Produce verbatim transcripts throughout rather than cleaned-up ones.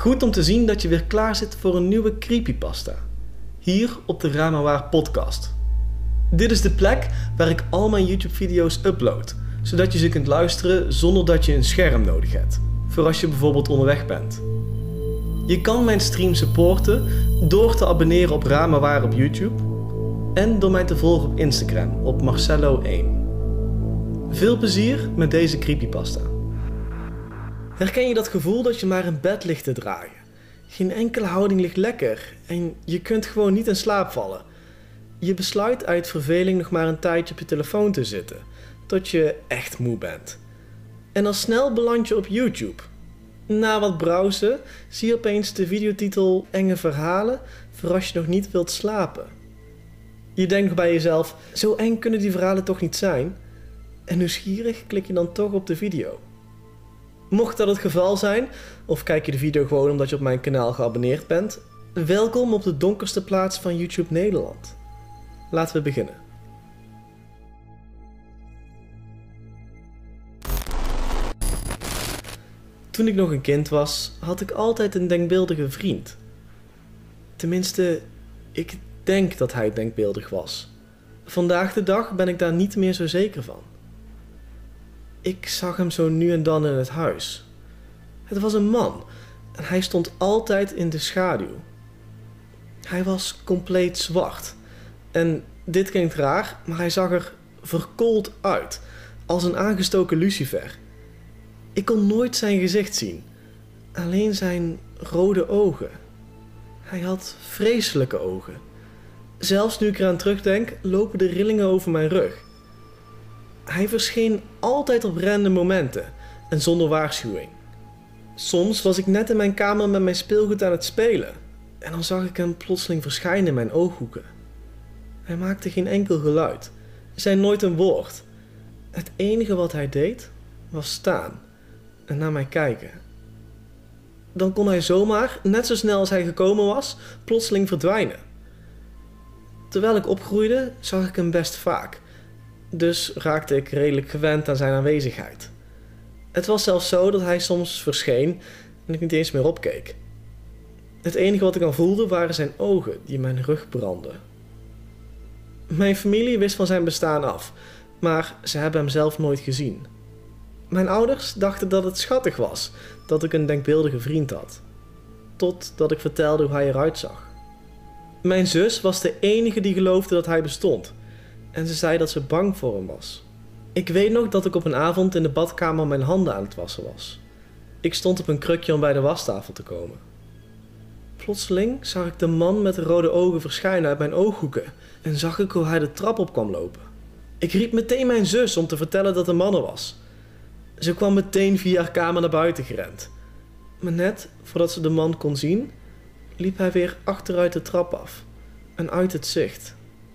Goed om te zien dat je weer klaar zit voor een nieuwe creepypasta. Hier op de Ramawaar podcast. Dit is de plek waar ik al mijn YouTube-video's upload, zodat je ze kunt luisteren zonder dat je een scherm nodig hebt, voor als je bijvoorbeeld onderweg bent. Je kan mijn stream supporten door te abonneren op Ramawaar op YouTube en door mij te volgen op Instagram op Marcello één. Veel plezier met deze creepypasta. Herken je dat gevoel dat je maar in bed ligt te draaien? Geen enkele houding ligt lekker en je kunt gewoon niet in slaap vallen. Je besluit uit verveling nog maar een tijdje op je telefoon te zitten, tot je echt moe bent. En al snel beland je op YouTube. Na wat browsen zie je opeens de videotitel Enge verhalen voor als je nog niet wilt slapen. Je denkt nog bij jezelf, zo eng kunnen die verhalen toch niet zijn? En nieuwsgierig klik je dan toch op de video. Mocht dat het geval zijn, of kijk je de video gewoon omdat je op mijn kanaal geabonneerd bent, welkom op de donkerste plaats van YouTube Nederland. Laten we beginnen. Toen ik nog een kind was, had ik altijd een denkbeeldige vriend. Tenminste, ik denk dat hij denkbeeldig was. Vandaag de dag ben ik daar niet meer zo zeker van. Ik zag hem zo nu en dan in het huis. Het was een man en hij stond altijd in de schaduw. Hij was compleet zwart. En dit klinkt raar, maar hij zag er verkoold uit, als een aangestoken lucifer. Ik kon nooit zijn gezicht zien, alleen zijn rode ogen. Hij had vreselijke ogen. Zelfs nu ik eraan terugdenk, lopen de rillingen over mijn rug. Hij verscheen altijd op random momenten en zonder waarschuwing. Soms was ik net in mijn kamer met mijn speelgoed aan het spelen en dan zag ik hem plotseling verschijnen in mijn ooghoeken. Hij maakte geen enkel geluid, zei nooit een woord. Het enige wat hij deed was staan en naar mij kijken. Dan kon hij zomaar, net zo snel als hij gekomen was, plotseling verdwijnen. Terwijl ik opgroeide, zag ik hem best vaak. Dus raakte ik redelijk gewend aan zijn aanwezigheid. Het was zelfs zo dat hij soms verscheen en ik niet eens meer opkeek. Het enige wat ik dan voelde waren zijn ogen die mijn rug brandden. Mijn familie wist van zijn bestaan af, maar ze hebben hem zelf nooit gezien. Mijn ouders dachten dat het schattig was dat ik een denkbeeldige vriend had. Totdat ik vertelde hoe hij eruit zag. Mijn zus was de enige die geloofde dat hij bestond. En ze zei dat ze bang voor hem was. Ik weet nog dat ik op een avond in de badkamer mijn handen aan het wassen was. Ik stond op een krukje om bij de wastafel te komen. Plotseling zag ik de man met de rode ogen verschijnen uit mijn ooghoeken en zag ik hoe hij de trap op kwam lopen. Ik riep meteen mijn zus om te vertellen dat de man er was. Ze kwam meteen via haar kamer naar buiten gerend. Maar net voordat ze de man kon zien, liep hij weer achteruit de trap af en uit het zicht.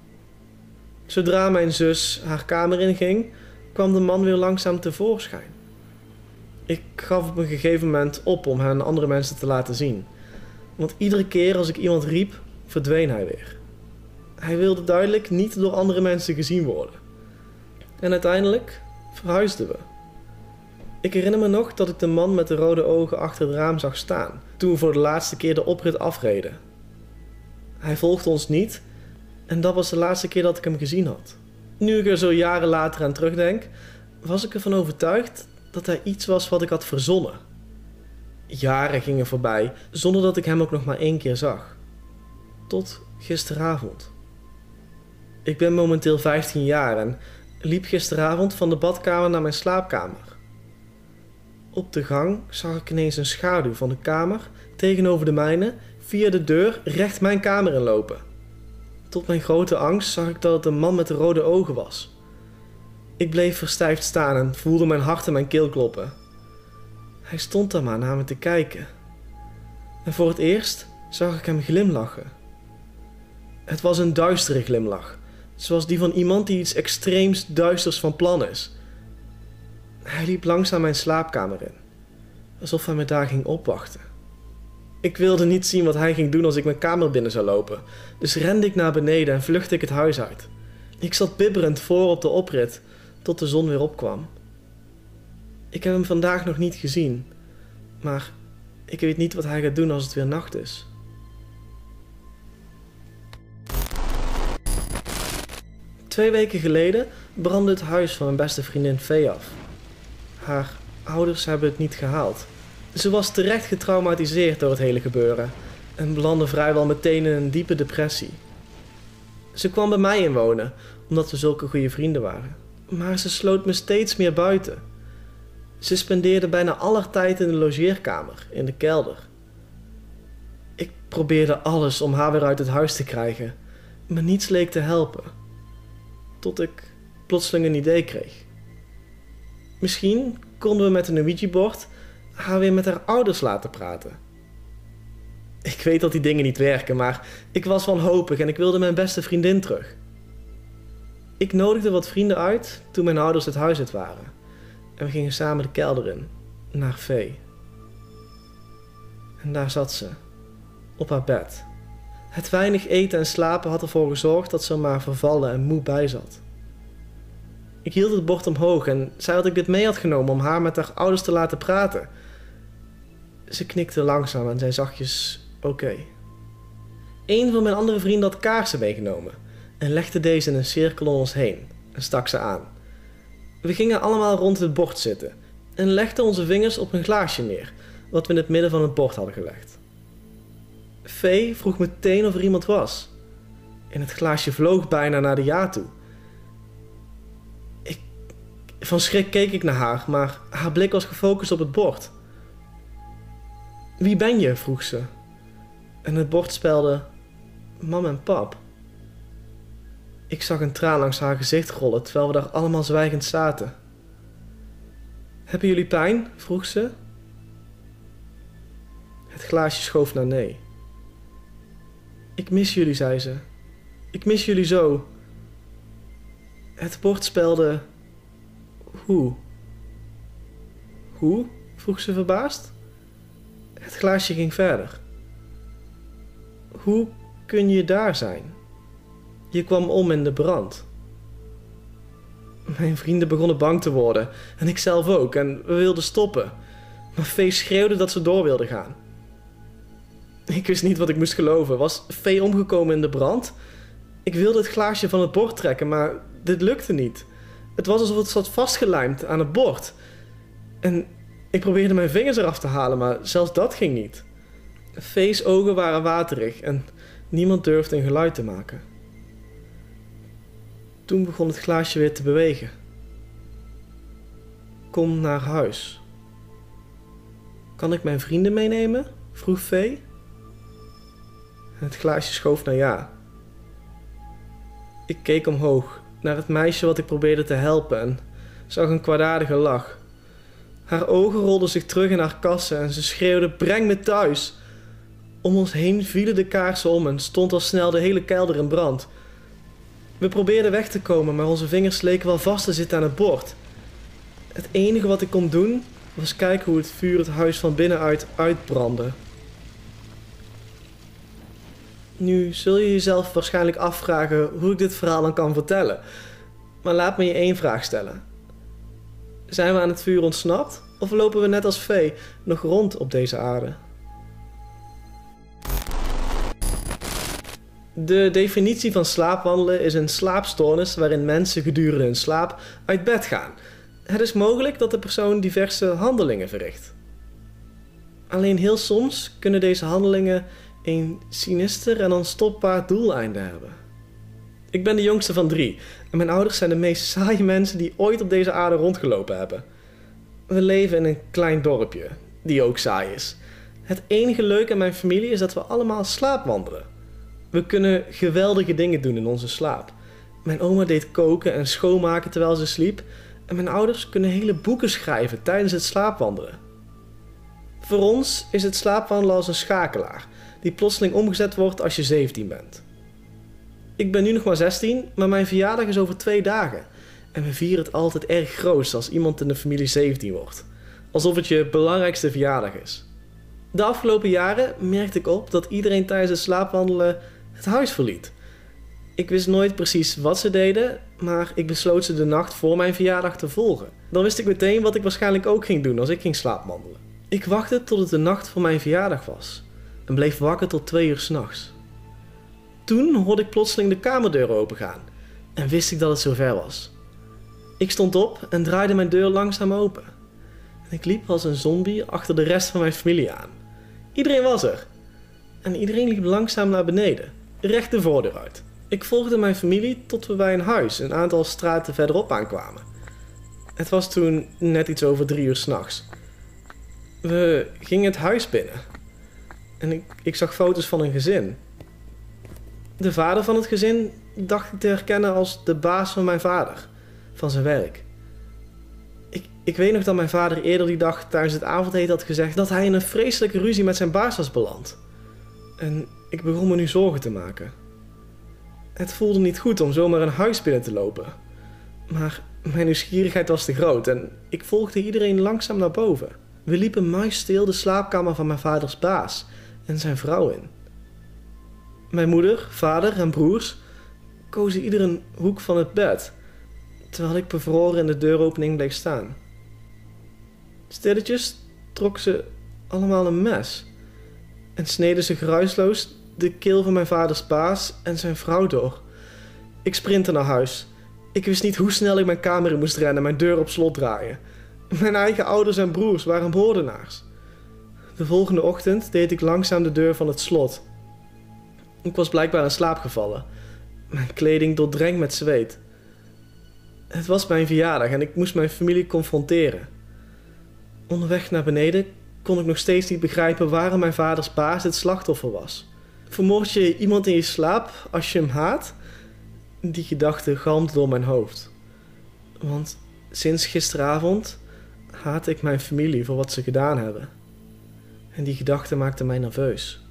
Zodra mijn zus haar kamer inging, kwam de man weer langzaam tevoorschijn. Ik gaf op een gegeven moment op om hen andere mensen te laten zien. Want iedere keer als ik iemand riep, verdween hij weer. Hij wilde duidelijk niet door andere mensen gezien worden. En uiteindelijk verhuisden we. Ik herinner me nog dat ik de man met de rode ogen achter het raam zag staan, toen we voor de laatste keer de oprit afreden. Hij volgde ons niet en dat was de laatste keer dat ik hem gezien had. Nu ik er zo jaren later aan terugdenk, was ik ervan overtuigd dat hij iets was wat ik had verzonnen. Jaren gingen voorbij zonder dat ik hem ook nog maar één keer zag. Tot gisteravond. Ik ben momenteel vijftien jaar en liep gisteravond van de badkamer naar mijn slaapkamer. Op de gang zag ik ineens een schaduw van de kamer tegenover de mijne via de deur recht mijn kamer inlopen. Tot mijn grote angst zag ik dat het een man met de rode ogen was. Ik bleef verstijfd staan en voelde mijn hart in mijn keel kloppen. Hij stond daar maar naar me te kijken. En voor het eerst zag ik hem glimlachen. Het was een duistere glimlach, zoals die van iemand die iets extreems duisters van plan is. Hij liep langzaam mijn slaapkamer in, alsof hij me daar ging opwachten. Ik wilde niet zien wat hij ging doen als ik mijn kamer binnen zou lopen, dus rende ik naar beneden en vluchtte ik het huis uit. Ik zat bibberend voor op de oprit, tot de zon weer opkwam. Ik heb hem vandaag nog niet gezien, maar Ik weet niet wat hij gaat doen als het weer nacht is. Twee weken geleden brandde het huis van mijn beste vriendin Vee af. Haar ouders hebben het niet gehaald. Ze was terecht getraumatiseerd door het hele gebeuren en belandde vrijwel meteen in een diepe depressie. Ze kwam bij mij inwonen, omdat we zulke goede vrienden waren. Maar ze sloot me steeds meer buiten. Ze spendeerde bijna alle tijd in de logeerkamer, in de kelder. Ik probeerde alles om haar weer uit het huis te krijgen, maar niets leek te helpen. Tot ik plotseling een idee kreeg. Misschien konden we met een Ouija-bord haar weer met haar ouders laten praten. Ik weet dat die dingen niet werken, maar ik was wanhopig en ik wilde mijn beste vriendin terug. Ik nodigde wat vrienden uit toen mijn ouders het huis uit waren. En we gingen samen de kelder in, naar Vee. En daar zat ze, op haar bed. Het weinig eten en slapen had ervoor gezorgd dat ze er maar vervallen en moe bij zat. Ik hield het bord omhoog en zei dat ik dit mee had genomen om haar met haar ouders te laten praten. Ze knikte langzaam en zei zachtjes oké. Okay. Een van mijn andere vrienden had kaarsen meegenomen en legde deze in een cirkel om ons heen en stak ze aan. We gingen allemaal rond het bord zitten en legden onze vingers op een glaasje neer, wat we in het midden van het bord hadden gelegd. Vee vroeg meteen of er iemand was. En het glaasje vloog bijna naar de ja toe. Ik, van schrik keek ik naar haar, maar haar blik was gefocust op het bord. Wie ben je? Vroeg ze. En het bord spelde mam en pap. Ik zag een traan langs haar gezicht rollen terwijl we daar allemaal zwijgend zaten. Hebben jullie pijn? Vroeg ze. Het glaasje schoof naar nee. Ik mis jullie, zei ze. Ik mis jullie zo. Het bord spelde hoe. Hoe? Vroeg ze verbaasd. Het glaasje ging verder. Hoe kun je daar zijn? Je kwam om in de brand. Mijn vrienden begonnen bang te worden en ik zelf ook en we wilden stoppen. Maar Vee schreeuwde dat ze door wilde gaan. Ik wist niet wat ik moest geloven. Was Vee omgekomen in de brand? Ik wilde het glaasje van het bord trekken, maar dit lukte niet. Het was alsof het zat vastgelijmd aan het bord. En ik probeerde mijn vingers eraf te halen, maar zelfs dat ging niet. Vee's ogen waren waterig en niemand durfde een geluid te maken. Toen begon het glaasje weer te bewegen. Kom naar huis. Kan ik mijn vrienden meenemen? Vroeg Vee. Het glaasje schoof naar ja. Ik keek omhoog, naar het meisje wat ik probeerde te helpen en zag een kwaadaardige lach. Haar ogen rolden zich terug in haar kassen en ze schreeuwde, breng me thuis. Om ons heen vielen de kaarsen om en stond al snel de hele kelder in brand. We probeerden weg te komen, maar onze vingers leken wel vast te zitten aan het bord. Het enige wat ik kon doen, was kijken hoe het vuur het huis van binnenuit uitbrandde. Nu zul je jezelf waarschijnlijk afvragen hoe ik dit verhaal dan kan vertellen. Maar laat me je één vraag stellen. Zijn we aan het vuur ontsnapt? Of lopen we net als Vee nog rond op deze aarde? De definitie van slaapwandelen is een slaapstoornis waarin mensen gedurende hun slaap uit bed gaan. Het is mogelijk dat de persoon diverse handelingen verricht. Alleen heel soms kunnen deze handelingen een sinister en onstopbaar doeleinde hebben. Ik ben de jongste van drie en mijn ouders zijn de meest saaie mensen die ooit op deze aarde rondgelopen hebben. We leven in een klein dorpje, die ook saai is. Het enige leuke aan mijn familie is dat we allemaal slaapwandelen. We kunnen geweldige dingen doen in onze slaap. Mijn oma deed koken en schoonmaken terwijl ze sliep en mijn ouders kunnen hele boeken schrijven tijdens het slaapwandelen. Voor ons is het slaapwandelen als een schakelaar die plotseling omgezet wordt als je zeventien bent. Ik ben nu nog maar zestien, maar mijn verjaardag is over twee dagen. En we vieren het altijd erg groot als iemand in de familie zeventien wordt. Alsof het je belangrijkste verjaardag is. De afgelopen jaren merkte ik op dat iedereen tijdens het slaapwandelen het huis verliet. Ik wist nooit precies wat ze deden, maar ik besloot ze de nacht voor mijn verjaardag te volgen. Dan wist ik meteen wat ik waarschijnlijk ook ging doen als ik ging slaapwandelen. Ik wachtte tot het de nacht voor mijn verjaardag was en bleef wakker tot twee uur 's nachts. Toen hoorde ik plotseling de kamerdeur opengaan en wist ik dat het zover was. Ik stond op en draaide mijn deur langzaam open. En ik liep als een zombie achter de rest van mijn familie aan. Iedereen was er. En iedereen liep langzaam naar beneden, recht de voordeur uit. Ik volgde mijn familie tot we bij een huis een aantal straten verderop aankwamen. Het was toen net iets over drie uur 's nachts. We gingen het huis binnen. En ik, ik zag foto's van een gezin. De vader van het gezin dacht ik te herkennen als de baas van mijn vader, van zijn werk. Ik, ik weet nog dat mijn vader eerder die dag tijdens het avondeten had gezegd dat hij in een vreselijke ruzie met zijn baas was beland. En ik begon me nu zorgen te maken. Het voelde niet goed om zomaar een huis binnen te lopen. Maar mijn nieuwsgierigheid was te groot en ik volgde iedereen langzaam naar boven. We liepen muisstil de slaapkamer van mijn vaders baas en zijn vrouw in. Mijn moeder, vader en broers kozen ieder een hoek van het bed, terwijl ik bevroren in de deuropening bleef staan. Stilletjes trokken ze allemaal een mes en sneden ze geruisloos de keel van mijn vaders baas en zijn vrouw door. Ik sprintte naar huis. Ik wist niet hoe snel ik mijn kamer in moest rennen en mijn deur op slot draaien. Mijn eigen ouders en broers waren moordenaars. De volgende ochtend deed ik langzaam de deur van het slot. Ik was blijkbaar in slaap gevallen. Mijn kleding doordrenkt met zweet. Het was mijn verjaardag en ik moest mijn familie confronteren. Onderweg naar beneden kon ik nog steeds niet begrijpen waarom mijn vaders baas het slachtoffer was. Vermoord je iemand in je slaap als je hem haat? Die gedachte galmde door mijn hoofd. Want sinds gisteravond haat ik mijn familie voor wat ze gedaan hebben. En die gedachte maakte mij nerveus.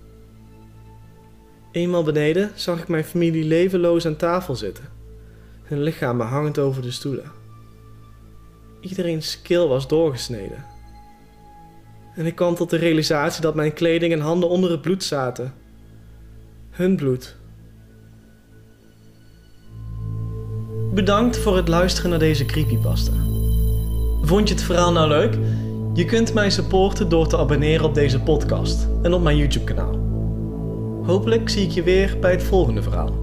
Eenmaal beneden zag ik mijn familie levenloos aan tafel zitten. Hun lichamen hangend over de stoelen. Iedereen's keel was doorgesneden. En ik kwam tot de realisatie dat mijn kleding en handen onder het bloed zaten. Hun bloed. Bedankt voor het luisteren naar deze creepypasta. Vond je het verhaal nou leuk? Je kunt mij supporten door te abonneren op deze podcast en op mijn YouTube kanaal. Hopelijk zie ik je weer bij het volgende verhaal.